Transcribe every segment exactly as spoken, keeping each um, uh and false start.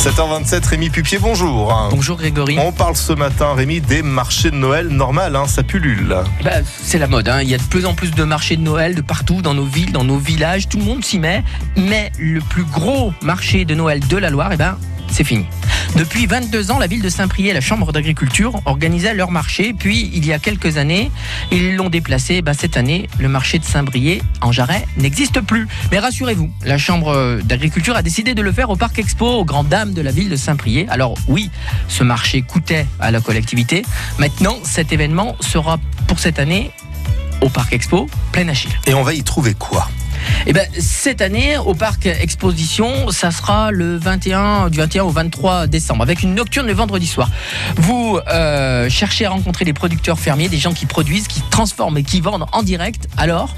sept heures vingt-sept, Rémi Pupier, bonjour. Bonjour Grégory. On parle ce matin, Rémi, des marchés de Noël normal, hein, ça pullule. Bah, c'est la mode, hein. Il y a de plus en plus de marchés de Noël de partout, dans nos villes, dans nos villages, tout le monde s'y met. Mais le plus gros marché de Noël de la Loire, eh ben, c'est fini. Depuis vingt-deux ans, la ville de Saint-Priest et la Chambre d'agriculture organisaient leur marché. Puis, il y a quelques années, ils l'ont déplacé. Ben, cette année, le marché de Saint-Brieuc en Jarret n'existe plus. Mais rassurez-vous, la Chambre d'agriculture a décidé de le faire au Parc Expo, aux grandes dames de la ville de Saint-Priest. Alors oui, ce marché coûtait à la collectivité. Maintenant, cet événement sera pour cette année au Parc Expo, plein Achille. Et on va y trouver quoi ? Eh ben, cette année, au Parc Exposition, ça sera le vingt et un, du vingt et un au vingt-trois décembre, avec une nocturne le vendredi soir. Vous euh, cherchez à rencontrer des producteurs fermiers, des gens qui produisent, qui transforment et qui vendent en direct. Alors,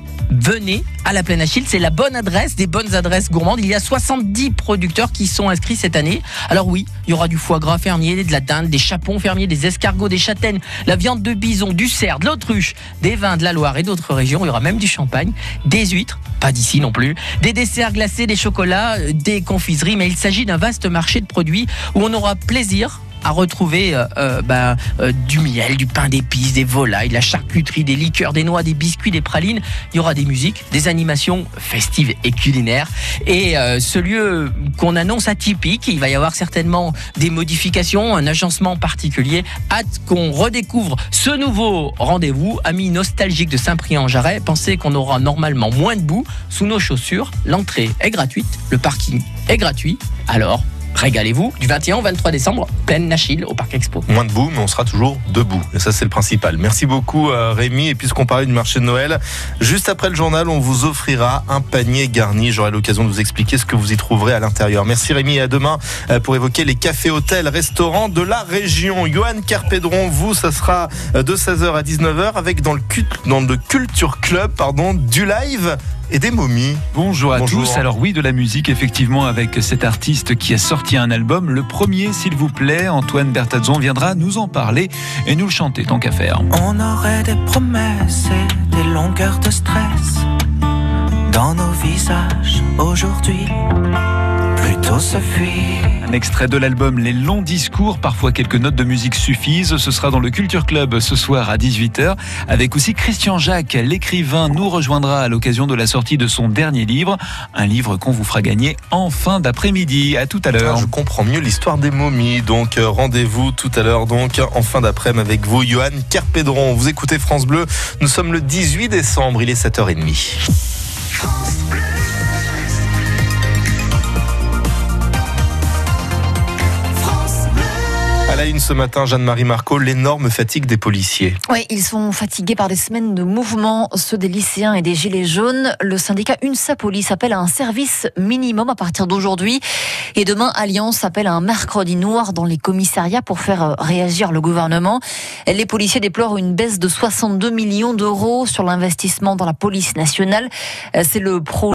venez à la Plaine Achille, c'est la bonne adresse, des bonnes adresses gourmandes. Il y a soixante-dix producteurs qui sont inscrits cette année. Alors oui, il y aura du foie gras fermier, de la dinde, des chapons fermiers, des escargots, des châtaignes, la viande de bison, du cerf, de l'autruche, des vins de la Loire et d'autres régions. Il y aura même du champagne, des huîtres, pas d'ici non plus, des desserts glacés, des chocolats, des confiseries. Mais il s'agit d'un vaste marché de produits où on aura plaisir à retrouver euh, euh, bah, euh, du miel, du pain d'épices, des volailles, de la charcuterie, des liqueurs, des noix, des biscuits, des pralines. Il y aura des musiques, des animations festives et culinaires. Et euh, ce lieu qu'on annonce atypique, il va y avoir certainement des modifications, un agencement particulier. Hâte qu'on redécouvre ce nouveau rendez-vous. Amis nostalgiques de Saint-Priest-en-Jarret, pensez qu'on aura normalement moins de boue sous nos chaussures. L'entrée est gratuite, le parking est gratuit. Alors, régalez-vous du vingt et un au vingt-trois décembre, Plaine Achille au Parc Expo. Moins de boue, mais on sera toujours debout. Et ça, c'est le principal. Merci beaucoup, euh, Rémi. Et puisqu'on parlait du marché de Noël, juste après le journal, on vous offrira un panier garni. J'aurai l'occasion de vous expliquer ce que vous y trouverez à l'intérieur. Merci, Rémi. Et à demain euh, pour évoquer les cafés, hôtels, restaurants de la région. Johan Carpédron, vous, ça sera de seize heures à dix-neuf heures avec dans le, cult, dans le Culture Club, pardon, du live et des momies. Bonjour à Bonjour. tous. Alors oui, de la musique, effectivement, avec cet artiste qui a sorti un album, le premier, s'il vous plaît. Antoine Bertazon viendra nous en parler et nous le chanter, tant qu'à faire. On aurait des promesses et des longueurs de stress dans nos visages aujourd'hui, plutôt se fuir. Un extrait de l'album Les Longs Discours, parfois quelques notes de musique suffisent. Ce sera dans le Culture Club ce soir à dix-huit heures, avec aussi Christian Jacques, l'écrivain, nous rejoindra à l'occasion de la sortie de son dernier livre, un livre qu'on vous fera gagner en fin d'après-midi. À tout à l'heure. Ah, je comprends mieux l'histoire des momies, donc euh, rendez-vous tout à l'heure donc en fin d'après-midi avec vous, Johan Carpédron. Vous écoutez France Bleu, nous sommes le dix-huit décembre, il est sept heures trente. À la une ce matin, Jeanne-Marie Marco, l'énorme fatigue des policiers. Oui, ils sont fatigués par des semaines de mouvement, ceux des lycéens et des gilets jaunes. Le syndicat UNSA Police appelle à un service minimum à partir d'aujourd'hui. Et demain, Alliance appelle à un mercredi noir dans les commissariats pour faire réagir le gouvernement. Les policiers déplorent une baisse de soixante-deux millions d'euros sur l'investissement dans la police nationale. C'est le projet